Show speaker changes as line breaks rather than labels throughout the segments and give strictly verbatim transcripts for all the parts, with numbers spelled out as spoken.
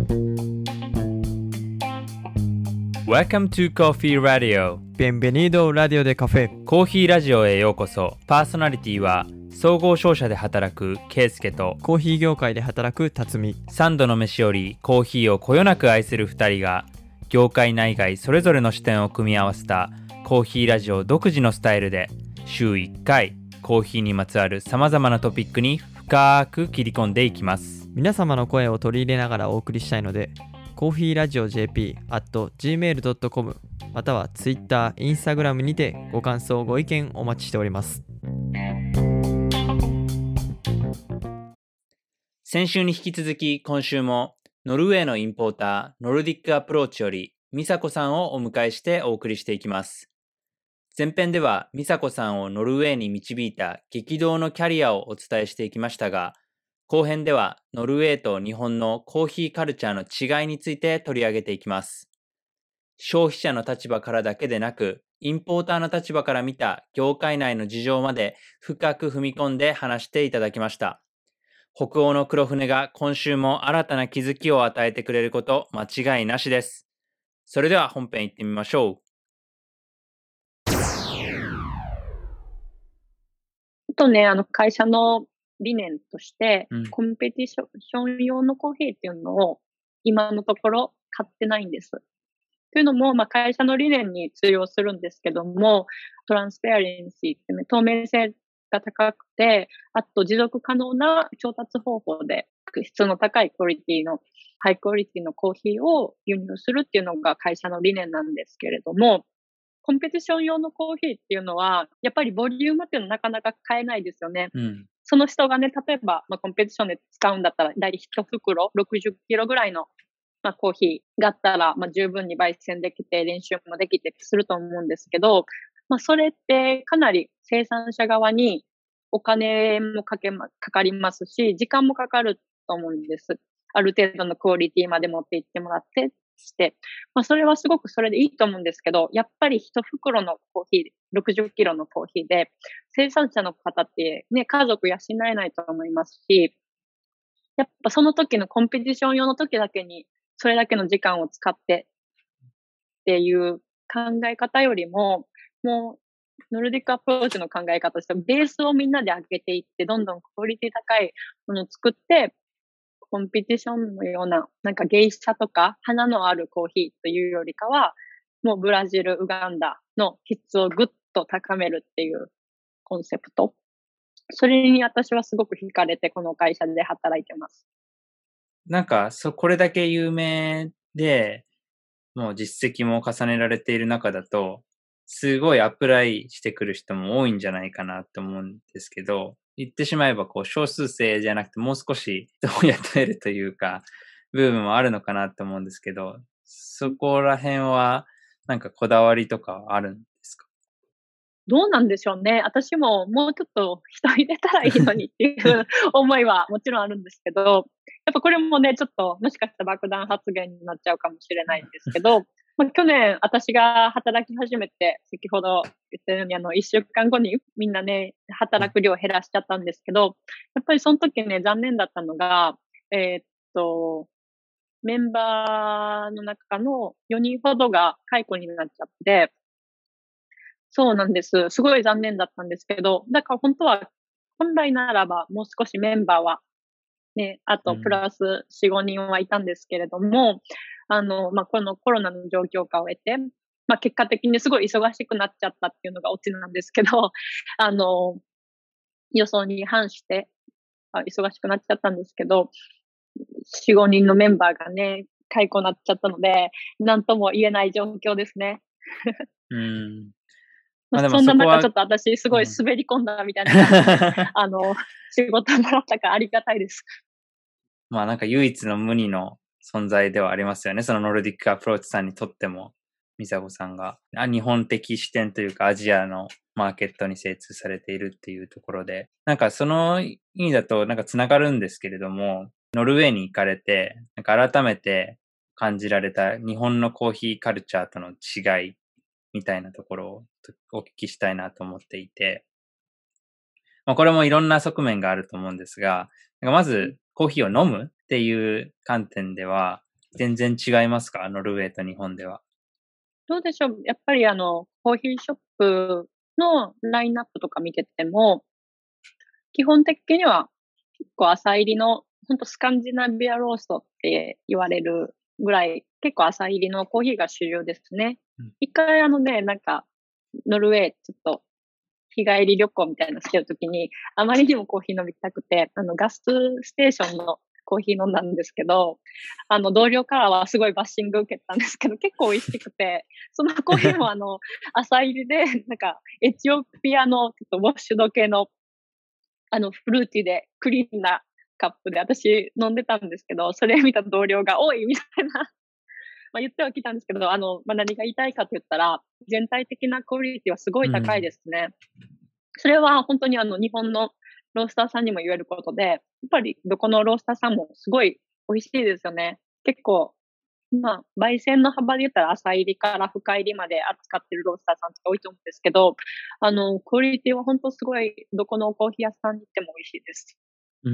Welcome to Coffee Radio.
Bienvenido Radio de Café。
コーヒーラジオへようこそ。パーソナリティは総合商社で働くケイスケと
コーヒー業界で働く辰巳。
三度の飯よりコーヒーをこよなく愛するふたりが業界内外それぞれの視点を組み合わせたコーヒーラジオ独自のスタイルで週いっかいコーヒーにまつわるさまざまなトピックに深く切り込んでいきます。
皆様の声を取り入れながらお送りしたいので、コーヒーラジオ ジェーピー アット ジーメール ドットコム または Twitter、Instagram にてご感想ご意見お待ちしております。
先週に引き続き今週もノルウェーのインポーターノルディックアプローチより美佐子さんをお迎えしてお送りしていきます。前編では美佐子さんをノルウェーに導いた激動のキャリアをお伝えしていきましたが、後編ではノルウェーと日本のコーヒーカルチャーの違いについて取り上げていきます。消費者の立場からだけでなく、インポーターの立場から見た業界内の事情まで深く踏み込んで話していただきました。北欧の黒船が今週も新たな気づきを与えてくれること間違いなしです。それでは本編行ってみましょう。
あとね、あの会社の理念として、
うん、
コンペティション用のコーヒーっていうのを今のところ買ってないんです。というのも、まあ、会社の理念に通用するんですけども、トランスペアレンシーって、ね、透明性が高くて、あと持続可能な調達方法で質の高いクオリティの、ハイクオリティのコーヒーを輸入するっていうのが会社の理念なんですけれども、コンペティション用のコーヒーっていうのは、やっぱりボリュームっていうのはなかなか買えないですよね。
うん、
その人がね、例えば、まあ、コンペティションで使うんだったら、だいたいいち袋ろくじゅっキロぐらいの、まあ、コーヒーがあったら、まあ、十分に焙煎できて、練習もできてすると思うんですけど、まあ、それってかなり生産者側にお金もかけま、かかりますし、時間もかかると思うんです。ある程度のクオリティまで持っていってもらってして、まあ、それはすごくそれでいいと思うんですけど、やっぱり一袋のコーヒー、ろくじゅっキロのコーヒーで、生産者の方ってね、家族養えないと思いますし、やっぱその時のコンペティション用の時だけに、それだけの時間を使ってっていう考え方よりも、もう、ノルディックアプローチの考え方として、ベースをみんなで上げていって、どんどんクオリティ高いものを作って、コンペティションのような、なんか芸者とか花のあるコーヒーというよりかは、もうブラジル、ウガンダの質をぐっと高めるっていうコンセプト。それに私はすごく惹かれて、この会社で働いてます。
なんか、そ、これだけ有名で、もう実績も重ねられている中だと、すごいアプライしてくる人も多いんじゃないかなと思うんですけど、言ってしまえばこう少数生じゃなくてもう少し人を雇えるというか、部分もあるのかなと思うんですけど、そこら辺はなんかこだわりとかあるんですか？
どうなんでしょうね。私ももうちょっと人入れたらいいのにっていう思いはもちろんあるんですけど、やっぱこれもね、ちょっともしかしたら爆弾発言になっちゃうかもしれないんですけど、まあ、去年私が働き始めて、先ほど言ったようにあのいっしゅうかんごにみんなね、働く量を減らしちゃったんですけど、やっぱりその時ね、残念だったのが、えー、っと、メンバーの中のよにんほどが解雇になっちゃって、そうなんです。すごい残念だったんですけど、だから本当は、本来ならばもう少しメンバーは、ね、あとプラスよん、ごにんはいたんですけれども、あの、まあ、このコロナの状況下を得て、まあ、結果的にすごい忙しくなっちゃったっていうのがオチなんですけど、あの、予想に反して、忙しくなっちゃったんですけど、よん、ごにんのメンバーがね、解雇になっちゃったので、なんとも言えない状況ですね。
うん。
まあ、そんな中ちょっと私すごい滑り込んだみたいな感じで、うん、あの、仕事もらったからありがたいです。
まあなんか唯一の無二の存在ではありますよね。そのノルディックアプローチさんにとっても、美佐子さんが日本的視点というかアジアのマーケットに精通されているっていうところで、なんかその意味だとなんかつながるんですけれども、ノルウェーに行かれて、なんか改めて感じられた日本のコーヒーカルチャーとの違いみたいなところをお聞きしたいなと思っていて、まあ、これもいろんな側面があると思うんですが、なんかまずコーヒーを飲むっていう観点では、 全然違いますか？ノルウェーと日本では。
どうでしょう。やっぱりあの、コーヒーショップのラインナップとか見てても、基本的には結構浅入りの、ほんとスカンジナビアローストって言われるぐらい、結構浅入りのコーヒーが主流ですね。
うん。
一回あのね、なんか、ノルウェーちょっと日帰り旅行みたいなのしてるときに、あまりにもコーヒー飲みたくて、あの、ガスステーションのコーヒー飲んだんですけど、あの、同僚からはすごいバッシング受けたんですけど、結構美味しくて、そのコーヒーもあの、浅入りで、なんか、エチオピアのちょっとウォッシュド系の、あの、フルーティーでクリーンなカップで私飲んでたんですけど、それ見た同僚が、おいみたいな、まあ言ってはきたんですけど、あの、まあ何が言いたいかと言ったら、全体的なクオリティはすごい高いですね。それは本当にあの、日本のロースターさんにも言えることで、やっぱりどこのロースターさんもすごい美味しいですよね。結構、まあ、焙煎の幅で言ったら浅入りから深入りまで扱ってるロースターさんって多いと思うんですけど、あの、クオリティは本当すごい、どこのコーヒー屋さんに行っても美味しいです。
うん。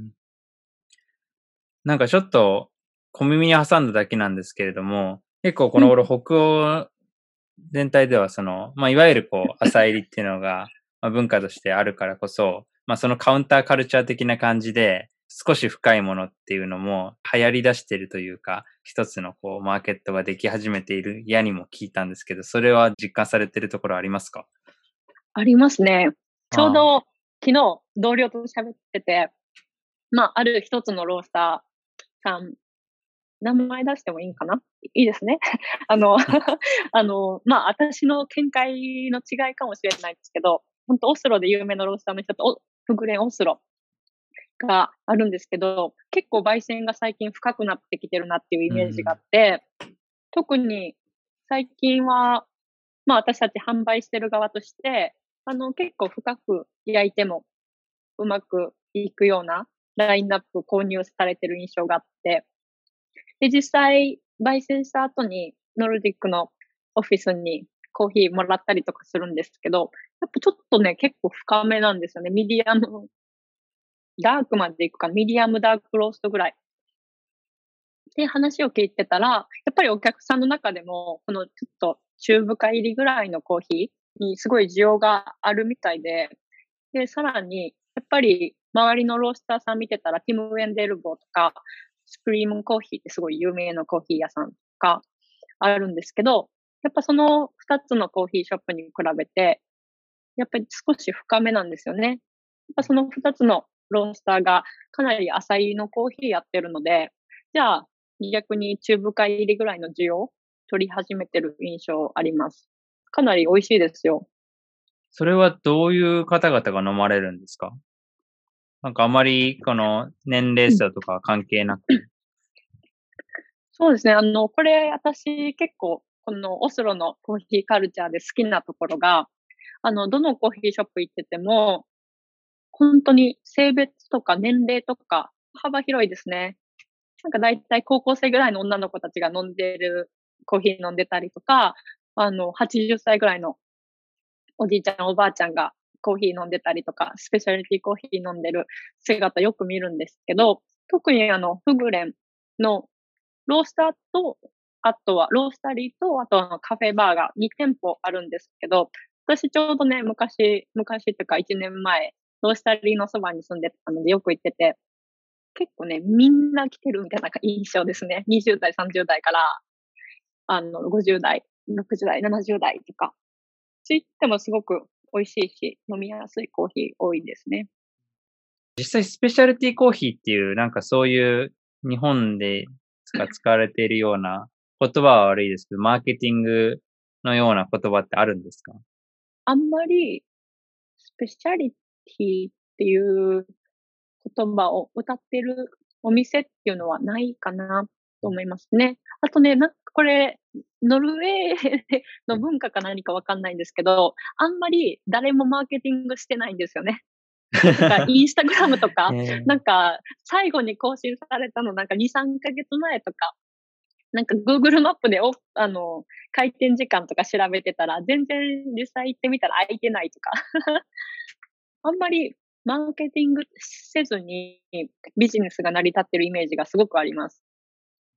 なんかちょっと小耳に挟んだだけなんですけれども、結構こ
うん。
の頃北欧全体ではその、まあ、いわゆるこう、浅入りっていうのが、まあ、文化としてあるからこそ、まあ、そのカウンターカルチャー的な感じで、少し深いものっていうのも流行り出してるというか、一つのこう、マーケットができ始めているやにも聞いたんですけど、それは実感されてるところありますか？
ありますね。ちょう
ああ。
ど昨日同僚と喋ってて、まあ、ある一つのロースターさん、名前出してもいいんかな？いいですね。あの、あの、まあ、私の見解の違いかもしれないんですけど、ほんとオスロで有名なロースターの人と、おフグレンオスロがあるんですけど、結構焙煎が最近深くなってきてるなっていうイ
う
メージがあ
ん。
って、特に最近は、まあ、私たち販売してる側として、あの、結構深く焼いてもうまくいくようなラインナップ購入されてる印象があって、で、実際、焙煎した後にノルディックのオフィスにコーヒーもらったりとかするんですけど、やっぱちょっとね、結構深めなんですよね。ミディアム、ダークまでいくか、ミディアムダークローストぐらい。で、話を聞いてたら、やっぱりお客さんの中でも、このちょっと中深入りぐらいのコーヒーにすごい需要があるみたいで、で、さらに、やっぱり周りのロースターさん見てたら、ティム・ウェンデルボーとか、スクリームコーヒーってすごい有名なコーヒー屋さんとかあるんですけど、やっぱそのふたつのコーヒーショップに比べて、やっぱり少し深めなんですよね。やっぱそのふたつのロースターがかなり浅いのコーヒーやってるので、じゃあ逆に中深入りぐらいの需要取り始めてる印象あります。かなり美味しいですよ。
それはどういう方々が飲まれるんですか？なんかあまりこの年齢
うん。
層とかは関係なく。
そうですね。あの、これ私結構このオスロのコーヒーカルチャーで好きなところが、あの、どのコーヒーショップ行ってても、本当に性別とか年齢とか幅広いですね。なんかだいたい高校生ぐらいの女の子たちが飲んでるコーヒー飲んでたりとか、あの、はちじゅっさいぐらいのおじいちゃんおばあちゃんがコーヒー飲んでたりとか、スペシャリティコーヒー飲んでる姿よく見るんですけど、特にあの、フグレンのロースターと、あとはロースタリーと、あとはカフェバーがに店舗あるんですけど、私ちょうどね、昔昔っていうかいちねんまえ、ロースタリーのそばに住んでたのでよく行ってて、結構ね、みんな来てるみたいな印象ですね。にじゅう代、さんじゅう代から、あの、ごじゅう代、ろくじゅう代、ななじゅう代とか。ついてもすごく美味しいし、飲みやすいコーヒー多いですね。
実際スペシャルティコーヒーっていう、なんかそういう日本で使使われているような、言葉は悪いですけど、マーケティングのような言葉ってあるんですか？
あんまりスペシャリティっていう言葉を歌ってるお店っていうのはないかなと思いますね。あとね、なんかこれ、ノルウェーの文化か何かわかんないんですけど、あんまり誰もマーケティングしてないんですよね。なんかインスタグラムとか、
えー、
なんか最後に更新されたのなんかに、さんかげつまえとか、なんか Google マップでおあの、開店時間とか調べてたら、全然実際行ってみたら空いてないとか。あんまりマーケティングせずにビジネスが成り立ってるイメージがすごくあります。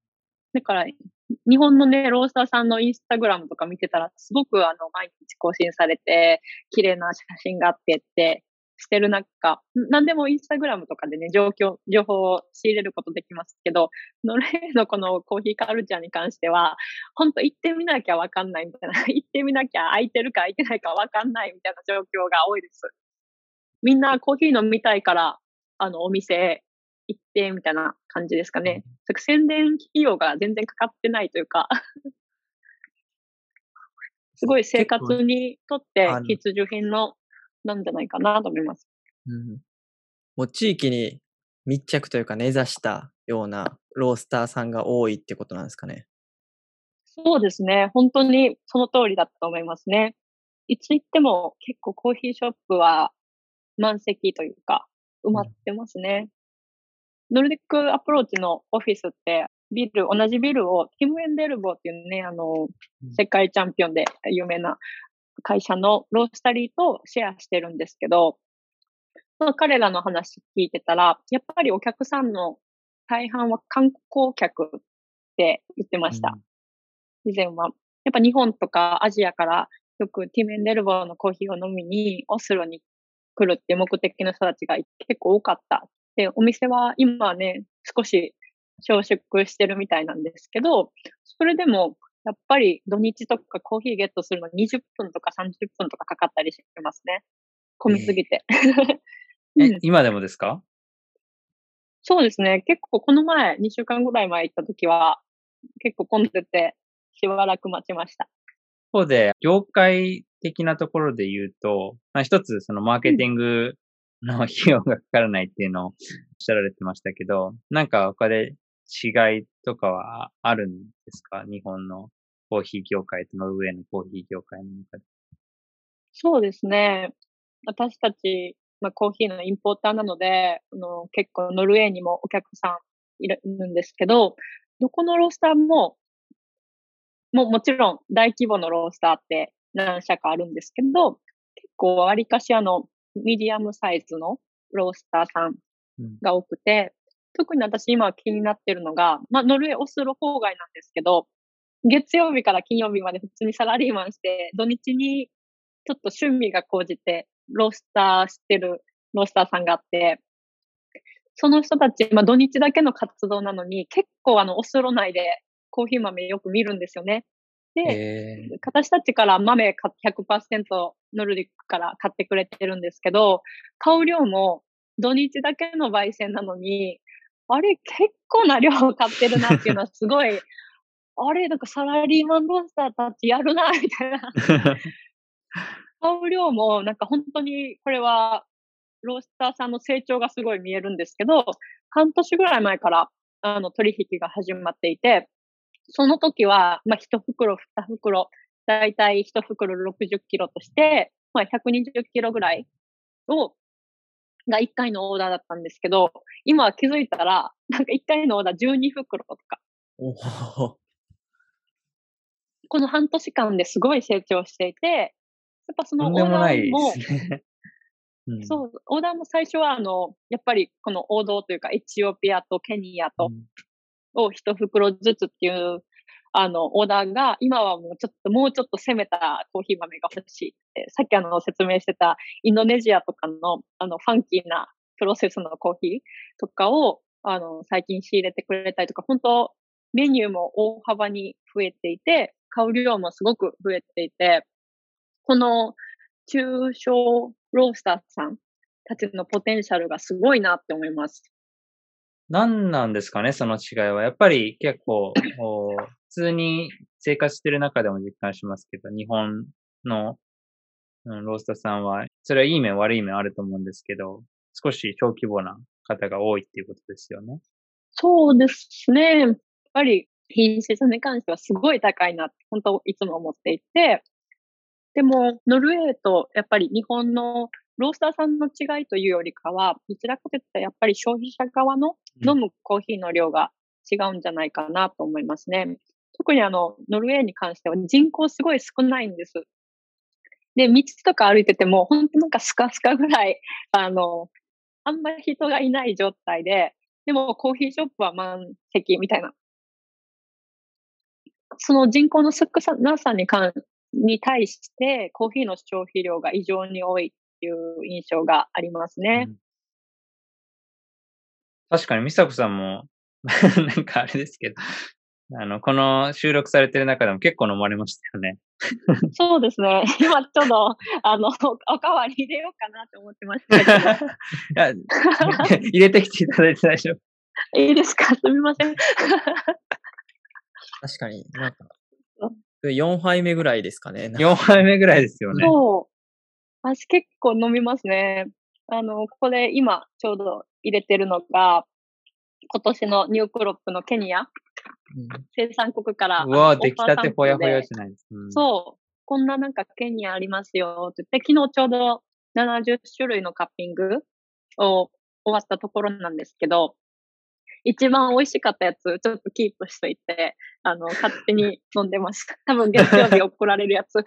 だから、日本のね、ロースターさんのインスタグラムとか見てたら、すごくあの、毎日更新されて、綺麗な写真があってってしてる中、なんでもインスタグラムとかでね、状況、情報を仕入れることできますけど、ノルウェーのこのコーヒーカルチャーに関しては、ほんと行ってみなきゃわかんないみたいな、行ってみなきゃ空いてるか空いてないかわかんないみたいな状況が多いです。みんなコーヒー飲みたいから、あの、お店へ行ってみたいな感じですかね。宣伝費用が全然かかってないというかすごい生活にとって必需品の、なんじゃないかなと思います。
うん。もう地域に密着というか根ざしたようなロースターさんが多いってことなんですかね。
そうですね。本当にその通りだと思いますね。いつ行っても結構コーヒーショップは満席というか、埋まってますね。うん、ノルディックアプローチのオフィスって、ビル、同じビルをティム・エンデルボーっていうね、あの、世界チャンピオンで有名な会社のロースタリーとシェアしてるんですけど、まあ、彼らの話聞いてたら、やっぱりお客さんの大半は観光客って言ってました。うん、以前は。やっぱ日本とかアジアからよくティム・エンデルボーのコーヒーを飲みにオスロに来るっていう目的の人たちが結構多かった。で、お店は今ね、少し小縮してるみたいなんですけど、それでもやっぱり土日とかコーヒーゲットするのにじゅっぷんとかさんじゅっぷんとかかかったりしますね。混みすぎて。
えー、え、今でもですか？
そうですね。結構この前、にしゅうかんぐらい前行った時は、結構混んでて、しばらく待ちました。
そうで、業界的なところで言うと、まあ、一つそのマーケティングの費用がかからないっていうのをおっしゃられてましたけど、なんか他で違いとかはあるんですか？日本のコーヒー業界とノルウェーのコーヒー業界の中で。
そうですね。私たち、まあ、コーヒーのインポーターなので、あの、結構ノルウェーにもお客さんいるんですけど、どこのロースターも、もうもちろん大規模のロースターって何社かあるんですけど、結構割かしあの、ミディアムサイズのロースターさんが多くて、うん、特に私今気になってるのが、まあ、ノルウェー、オスロ郊外なんですけど、月曜日から金曜日まで普通にサラリーマンして、土日にちょっと趣味が高じて、ロースターしてるロースターさんがあって、その人たち、まあ土日だけの活動なのに、結構あの、オスロ内でコーヒー豆よく見るんですよね。で、私たちから豆 ひゃくパーセント ノルディックから買ってくれてるんですけど、買う量も土日だけの焙煎なのに、あれ結構な量買ってるなっていうのはすごい、あれなんかサラリーマンロースターたちやるな、みたいな。買う量もなんか本当にこれはロースターさんの成長がすごい見えるんですけど、半年ぐらい前からあの取引が始まっていて、その時は、まあ、一袋、二袋、だいたい一袋ろくじゅっキロとして、まあ、ひゃくにじゅっキロぐらいを、がいっかいのオーダーだったんですけど、今は気づいたら、なんかいっかいのオーダーじゅうに袋とか。
おお。
この半年間ですごい成長していて、やっぱそのオーダーも、うん、そう、オーダーも最初はあの、やっぱりこの王道というか、エチオピアとケニアと、を一袋ずつっていう、あの、オーダーが、今はもうちょっと、もうちょっと攻めたコーヒー豆が欲しいって、さっきあの、説明してたインドネシアとかの、あの、ファンキーなプロセスのコーヒーとかを、あの、最近仕入れてくれたりとか、本当メニューも大幅に増えていて、買う量もすごく増えていて、この中小ロースターさんたちのポテンシャルがすごいなって思います。
何なんですかね、その違いは。やっぱり結構、普通に生活してる中でも実感しますけど、日本の、うん、ロースターさんは、それはいい面悪い面あると思うんですけど、少し小規模な方が多いっていうことですよね。
そうですね。やっぱり品質に関してはすごい高いなって、本当いつも思っていて、でも、ノルウェーとやっぱり日本のロースターさんの違いというよりかは、どちらかといったらやっぱり消費者側の飲むコーヒーの量が違うんじゃないかなと思いますね。特にあの、ノルウェーに関しては人口すごい少ないんです。で、道とか歩いてても、本当なんかスカスカぐらい、あの、あんまり人がいない状態で、でもコーヒーショップは満席みたいなその人口の少なさに関に対して、コーヒーの消費量が異常に多いっていう印象があります
う
ね。
ん、確かに、美佐子さんも、なんかあれですけど、あの、この収録されてる中でも結構飲まれましたよね。
そうですね。今ちょうど、あの、おかわり入れようかなって思ってましたけど。
いや、入れてきていただいて大丈夫。
いいですか？すみません。
確かになんか、よんはいめぐらいですかね。
よんはいめぐらいですよね。
そう。私結構飲みますね。あの、これ今ちょうど入れてるのが、今年のニュークロップのケニア、
うん、
生産国からあ
うわぁ、
のオ
出来たて
ファーサンプルで、
ほやほやじゃないですか。うん、
そう、こんななんかケニアありますよって言って、昨日ちょうどななじゅっしゅるいのカッピングを終わったところなんですけど、一番美味しかったやつ、ちょっとキープしといて、あの、勝手に飲んでました。多分月曜日送られるやつ。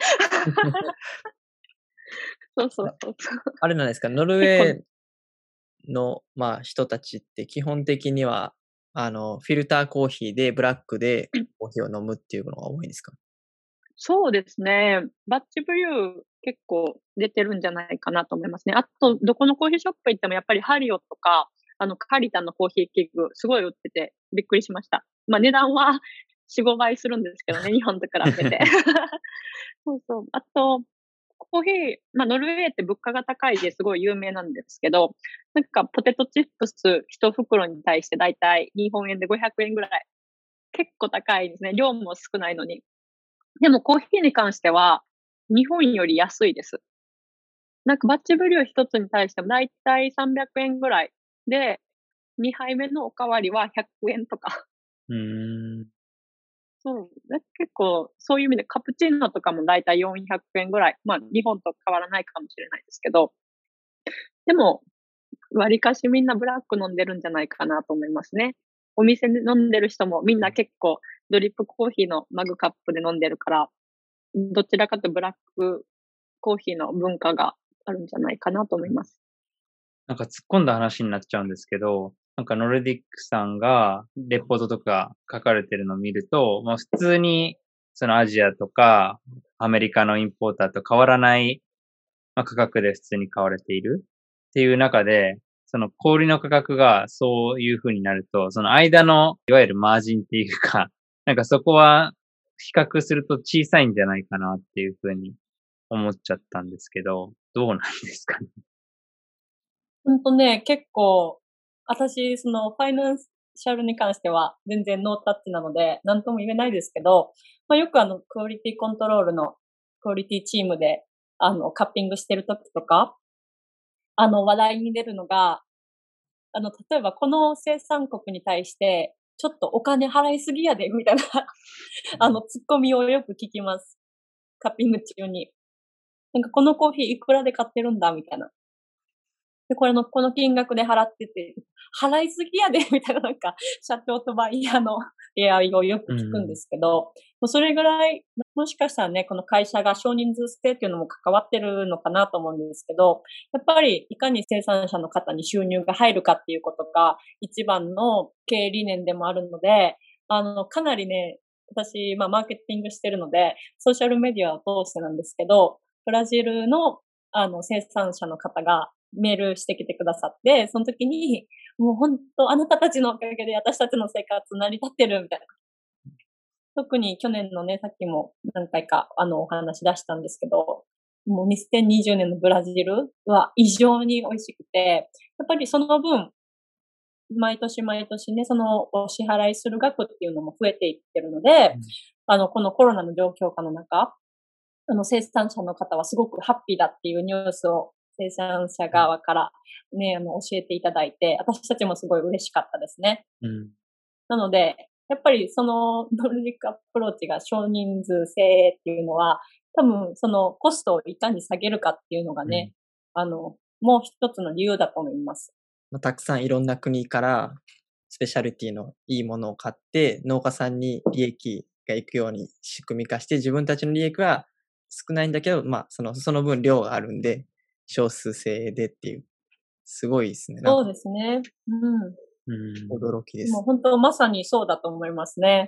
そうそうそうそう。
あれなんですか、ノルウェーの、まあ、人たちって基本的には、あの、フィルターコーヒーで、ブラックでコーヒーを飲むっていうのが多いんですか？
そうですね。バッチブリュー結構出てるんじゃないかなと思いますね。あと、どこのコーヒーショップ行ってもやっぱりハリオとか、あの、カリタのコーヒー器具、すごい売っててびっくりしました。まあ値段はよん、ごばいするんですけどね、日本と比べて。そうそう。あと、コーヒー、まあノルウェーって物価が高いですごい有名なんですけど、なんかポテトチップス一袋に対してだいたい日本円でごひゃくえんぐらい。結構高いですね。量も少ないのに。でもコーヒーに関しては、日本より安いです。なんかバッチブリュー一つに対してもだいたいさんびゃくえんぐらいで、にはいめのおかわりはひゃくえんとか。
うーん。
そう。結構、そういう意味でカプチーノとかもだいたいよんひゃくえんぐらい。まあ、日本と変わらないかもしれないですけど。でも、わりかしみんなブラック飲んでるんじゃないかなと思いますね。お店で飲んでる人もみんな結構ドリップコーヒーのマグカップで飲んでるから、どちらかとブラックコーヒーの文化があるんじゃないかなと思います。
なんか突っ込んだ話になっちゃうんですけど、なんかノルディックさんがレポートとか書かれてるのを見ると、まあ普通にそのアジアとかアメリカのインポーターと変わらない、まあ、価格で普通に買われているっていう中で、その小売の価格がそういう風になると、その間のいわゆるマージンっていうか、なんかそこは比較すると小さいんじゃないかなっていう風に思っちゃったんですけど、どうなんですかね。
ほんとね、結構、私、その、ファイナンシャルに関しては全然ノータッチなので、なんとも言えないですけど、まあ、よくあの、クオリティコントロールのクオリティチームで、あの、カッピングしてる時とか、あの、話題に出るのが、あの、例えばこの生産国に対して、ちょっとお金払いすぎやで、みたいなあの、ツッコミをよく聞きます。カッピング中に。なんかこのコーヒーいくらで買ってるんだ、みたいな。で、これの、この金額で払ってて、払いすぎやで、みたいななんか、社長とバイヤーの出会いをよく聞くんですけど、もうそれぐらい、もしかしたらね、この会社が少人数制っていうのも関わってるのかなと思うんですけど、やっぱりいかに生産者の方に収入が入るかっていうことが一番の経営理念でもあるので、あの、かなりね、私、まあ、マーケティングしてるので、ソーシャルメディアを通してなんですけど、ブラジルの、あの、生産者の方が、メールしてきてくださって、その時に、もう本当あなたたちのおかげで私たちの生活成り立ってるみたいな。特に去年のね、さっきも何回かあのお話出したんですけど、もうにせんにじゅうねんのブラジルは異常に美味しくて、やっぱりその分、毎年毎年ね、そのお支払いする額っていうのも増えていってるので、うん、あの、このコロナの状況下の中、あの生産者の方はすごくハッピーだっていうニュースを生産者側からね、あの、教えていただいて、私たちもすごい嬉しかったですね。うん、なので、やっぱりそのノルディックアプローチが少人数制っていうのは、多分そのコストをいかに下げるかっていうのがね、うん、あの、もう一つの理由だと思います。
たくさんいろんな国からスペシャリティのいいものを買って、農家さんに利益がいくように仕組み化して、自分たちの利益は少ないんだけど、まあ、その、その分量があるんで、少数制でっていう。すごいですね。
そうですね。うん。
うん、驚きです。
もう本当まさにそうだと思いますね。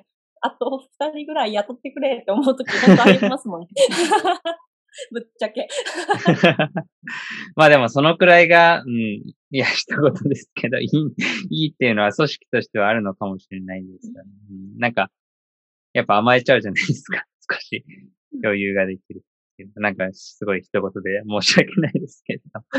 あと二人ぐらい雇ってくれって思うとき本当ありますもんね。ぶっちゃけ。
まあでもそのくらいが、うん、いや、一言ですけど、いい、いいっていうのは組織としてはあるのかもしれないですよね。うん、なんか、やっぱ甘えちゃうじゃないですか。少し余裕ができるっていう。なんか、すごい一言で申し訳ないですけど。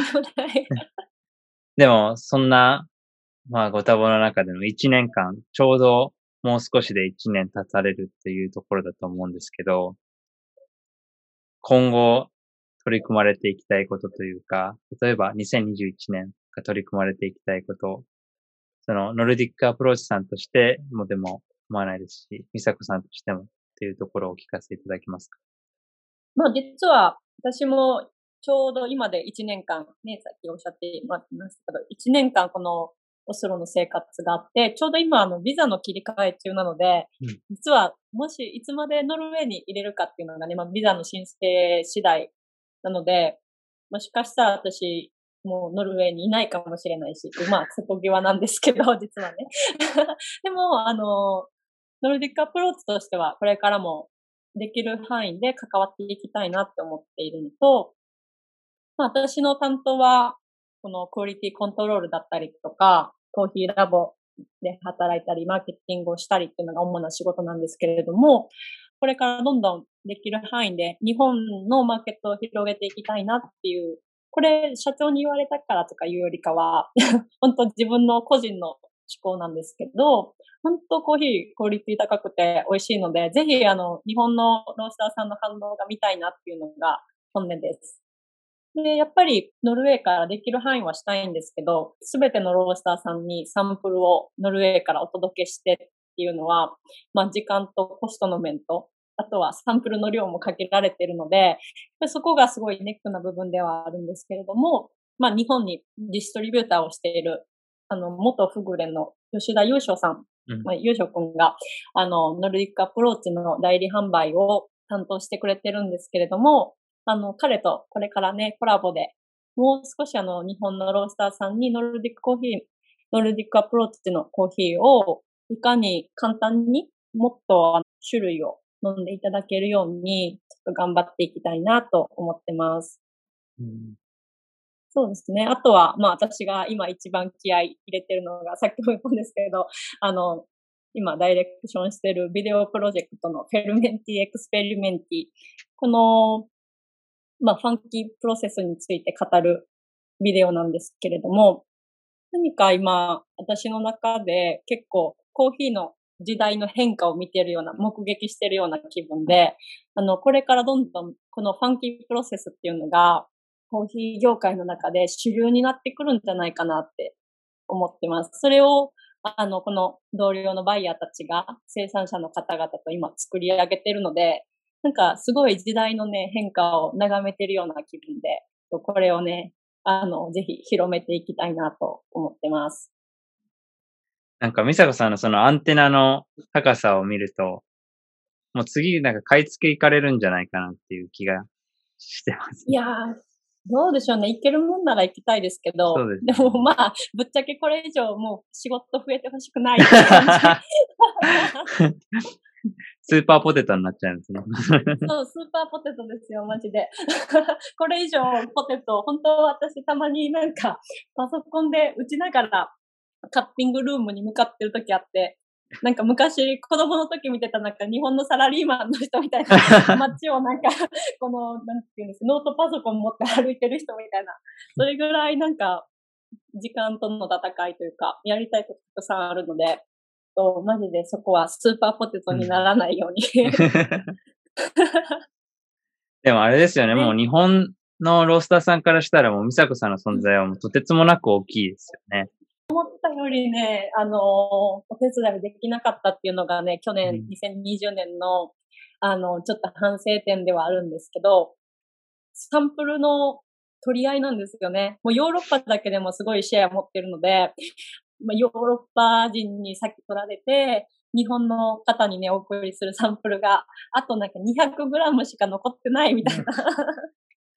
でも、そんな、まあ、ご多忙の中での一年間、ちょうどもう少しで一年経たれるっていうところだと思うんですけど、今後取り組まれていきたいことというか、例えばにせんにじゅういちねんが取り組まれていきたいこと、そのノルディックアプローチさんとしてもでも思わないですし、ミサコさんとしてもっていうところをお聞かせいただけますか？
まあ実は私もちょうど今でいちねんかんね、さっきおっしゃってもらってましたけど、いちねんかんこのオスロの生活があって、ちょうど今あのビザの切り替え中なので、うん、実はもしいつまでノルウェーに入れるかっていうのがね、まあビザの申請次第なので、もしかしたら私もうノルウェーにいないかもしれないし、まあ瀬戸際なんですけど、実はね。でも、あの、ノルディックアプローチとしてはこれからもできる範囲で関わっていきたいなって思っているのと、まあ私の担当は、このクオリティコントロールだったりとか、コーヒーラボで働いたり、マーケティングをしたりっていうのが主な仕事なんですけれども、これからどんどんできる範囲で日本のマーケットを広げていきたいなっていう、これ社長に言われたからとかいうよりかは、本当自分の個人の思考なんですけど、本当コーヒークオリティ高くて美味しいので、ぜひあの日本のロースターさんの反応が見たいなっていうのが本音です。で、やっぱりノルウェーからできる範囲はしたいんですけど、すべてのロースターさんにサンプルをノルウェーからお届けしてっていうのは、まあ時間とコストの面と、あとはサンプルの量も限られているので、そこがすごいネックな部分ではあるんですけれども、まあ日本にディストリビューターをしている、あの、元フグレの吉田優勝さん、うん、まあ、優勝くんが、あの、ノルディックアプローチの代理販売を担当してくれてるんですけれども、あの、彼とこれからね、コラボで、もう少しあの、日本のロースターさんにノルディックコーヒー、ノルディックアプローチのコーヒーを、いかに簡単にもっと種類を飲んでいただけるように、ちょっと頑張っていきたいなと思ってます。うん、そうですね。あとは、まあ私が今一番気合い入れてるのが、さっきも言ったんですけど、あの、今ダイレクションしてるビデオプロジェクトのフェルメンティエクスペリメンティ。この、まあファンキープロセスについて語るビデオなんですけれども、何か今私の中で結構コーヒーの時代の変化を見てるような、目撃してるような気分で、あの、これからどんどんこのファンキープロセスっていうのが、コーヒー業界の中で主流になってくるんじゃないかなって思ってます。それを、あの、この同僚のバイヤーたちが生産者の方々と今作り上げてるので、なんかすごい時代のね、変化を眺めてるような気分で、これをね、あの、ぜひ広めていきたいなと思ってます。
なんか、美佐子さんのそのアンテナの高さを見ると、もう次なんか買い付け行かれるんじゃないかなっていう気がしてます。
いやー、どうでしょうね。行けるもんなら行きたいですけど、で, ね、でもまあ、ぶっちゃけこれ以上もう仕事増えてほしくないって感じ。
スーパーポテトになっちゃうんですね。
そう、スーパーポテトですよ、マジで。これ以上ポテト、本当私たまになんかパソコンで打ちながらカッティングルームに向かってる時あって、なんか昔子供の時見てたなんか日本のサラリーマンの人みたいな街をなんかこのなんていうんですノートパソコン持って歩いてる人みたいな、それぐらいなんか時間との戦いというかやりたいことたくさんあるので、とマジでそこはスーパーポテトにならないように、うん、
でもあれですよね、ね、もう日本のロースターさんからしたらもう美佐子さんの存在はもうとてつもなく大きいですよね。
思ったよりね、あのー、お手伝いできなかったっていうのがね、去年、にせんにじゅうねんの、あの、ちょっと反省点ではあるんですけど、サンプルの取り合いなんですよね。もうヨーロッパだけでもすごいシェア持ってるので、まあ、ヨーロッパ人に先取られて、日本の方にね、お送りするサンプルが、あとなんかにひゃくグラムしか残ってないみたいな。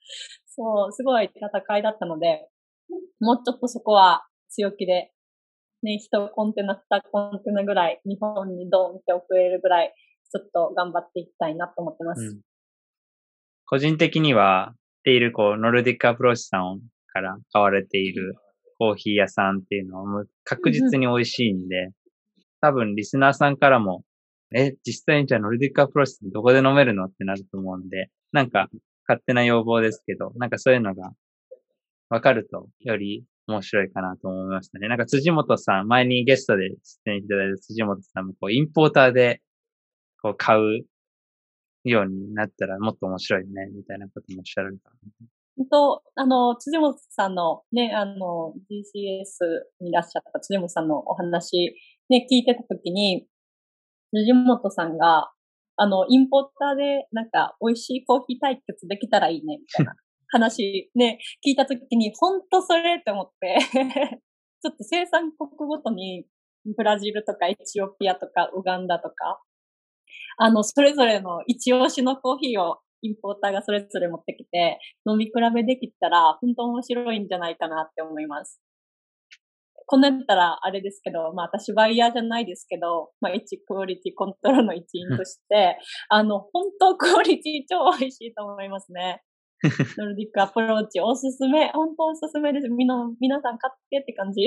そう、すごい戦いだったので、もうちょっとそこは強気でね、いちコンテナ、にコンテナぐらい日本にドーンって送れるぐらい、ちょっと頑張っていきたいなと思ってます。
うん、個人的には、っている、こう、ノルディックアプローチさんから買われているコーヒー屋さんっていうのはもう確実に美味しいんで、うんうん、多分リスナーさんからも、え、実際にじゃあノルディックアプローチってどこで飲めるのってなると思うんで、なんか勝手な要望ですけど、なんかそういうのがわかるとより面白いかなと思いましたね。なんか辻本さん、前にゲストで出演いただいた辻本さんもこうインポーターでこう買うようになったらもっと面白いね、みたいなこともおっしゃるから。
本当、あの、辻本さんのね、あの、ジーシーエス にいらっしゃった辻本さんのお話、ね、聞いてたときに、辻本さんが、あの、インポーターでなんか美味しいコーヒー対決できたらいいね、みたいな話ね、聞いたときに、本当それって思ってちょっと生産国ごとに、ブラジルとかエチオピアとかウガンダとか、あの、それぞれの一押しのコーヒーをインポーターがそれぞれ持ってきて、飲み比べできたら、本当面白いんじゃないかなって思います。こんなんやったらあれですけど、まあ私バイヤーじゃないですけど、まあ一クオリティコントロールの一員として、あの、本当クオリティ超美味しいと思いますね。ノルディックアプローチおすすめ、本当おすすめです。みんな、皆さん買ってって感じ。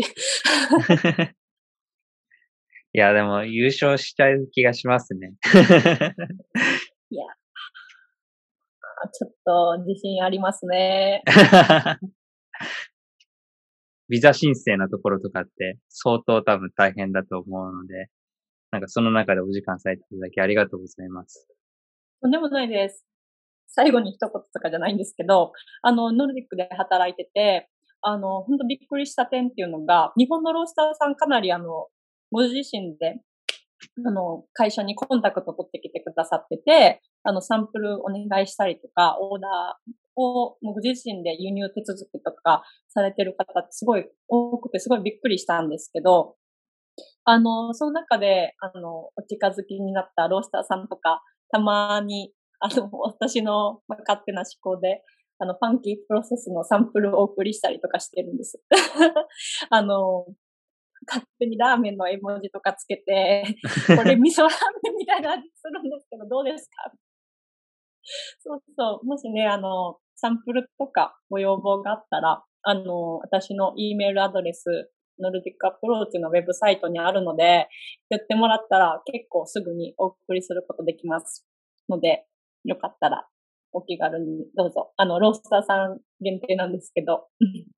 いや、でも優勝しちゃう気がしますね。
いや、ちょっと自信ありますね。
ビザ申請のところとかって相当多分大変だと思うので、なんかその中でお時間されていただきありがとうございます。
とんでもないです。最後に一言とかじゃないんですけど、あの、ノルディックで働いてて、あの、本当びっくりした点っていうのが、日本のロースターさんかなりあの、ご自身で、あの、会社にコンタクト取ってきてくださってて、あの、サンプルお願いしたりとか、オーダーをご自身で輸入手続きとかされてる方ってすごい多くて、すごいびっくりしたんですけど、あの、その中で、あの、お近づきになったロースターさんとか、たまに、あの、私の勝手な思考で、あの、ファンキープロセスのサンプルをお送りしたりとかしてるんです。あの、勝手にラーメンの絵文字とかつけて、これ味噌ラーメンみたいな味するんですけど、どうですか？そうそう。もしね、あの、サンプルとかご要望があったら、あの、私の E メールアドレス、ノルディックアプローチのウェブサイトにあるので、言ってもらったら結構すぐにお送りすることできますので、よかったらお気軽にどうぞ。あの、ロースターさん限定なんですけど。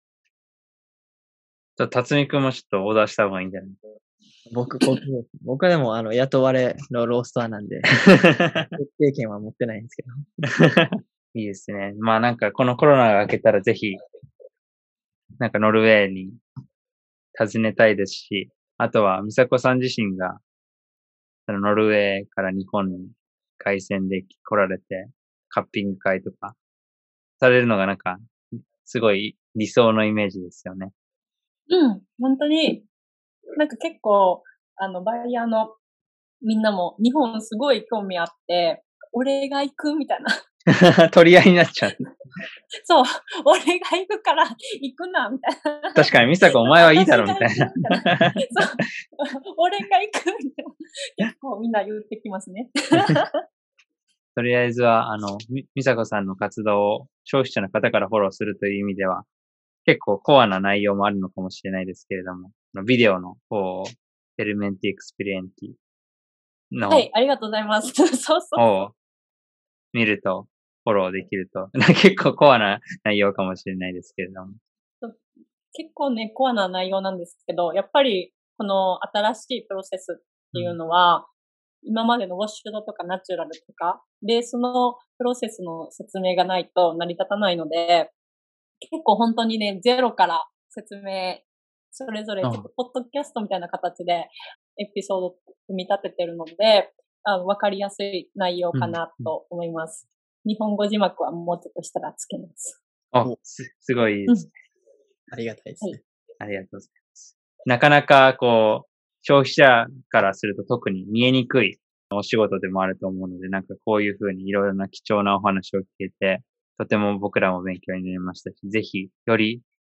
じゃあ、辰巳くんもちょっとオーダーした方がいいんじゃない？
僕、僕、僕でもあの、雇われのロースターなんで、経験は持ってないんですけど。
いいですね。まあなんかこのコロナが明けたらぜひ、なんかノルウェーに訪ねたいですし、あとは、美佐子さん自身が、ノルウェーから日本に凱旋で来られて、カッピング会とか、されるのがなんか、すごい理想のイメージですよね。
うん、本当に、なんか結構、あの、バイヤーのみんなも日本すごい興味あって、俺が行くみたいな。
取り合いになっちゃう。
そう、俺が行くから行くな、みたいな。
確かに、美佐子お前はいいだろ、みたいな。
そう、俺が行くみたいな。結構みんな言ってきますね。
とりあえずは、あの、美佐子さんの活動を消費者の方からフォローするという意味では、結構コアな内容もあるのかもしれないですけれども、ビデオの方を、エルメンティエクスペリエンティの、
はい、ありがとうございます。そうそうそう。
を見ると、フォローできると、結構コアな内容かもしれないですけれども。
結構ね、コアな内容なんですけど、やっぱり、この新しいプロセスっていうのは、うん、今までのウォッシュドとかナチュラルとか、ベースのプロセスの説明がないと成り立たないので、結構本当にね、ゼロから説明、それぞれちょっとポッドキャストみたいな形でエピソードを組み立ててるので、あの、わかりやすい内容かなと思います。うん、日本語字幕はもうちょっとしたらつけます。
あ、す、すごいいいですね。
うん、ありがたいですね、
はい。ありがとうございます。なかなかこう、消費者からすると特に見えにくいお仕事でもあると思うので、なんかこういうふうにいろいろな貴重なお話を聞けて、とても僕らも勉強になりましたし、ぜひより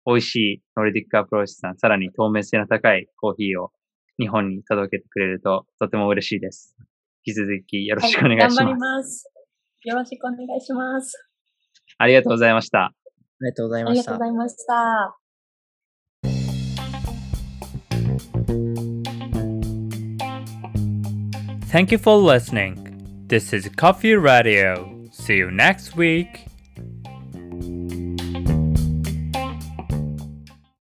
美味しいノルディックアプローチさん、さらに透明性の高いコーヒーを日本に届けてくれるととても嬉しいです。引き続きよろしくお願いします。
はい、頑張ります。よろしくお願いします。
ありがとうございました。
ありがとうござい
あ
ました。
りがとうございました。
Thank you for listening. This is Coffee Radio. See you next week.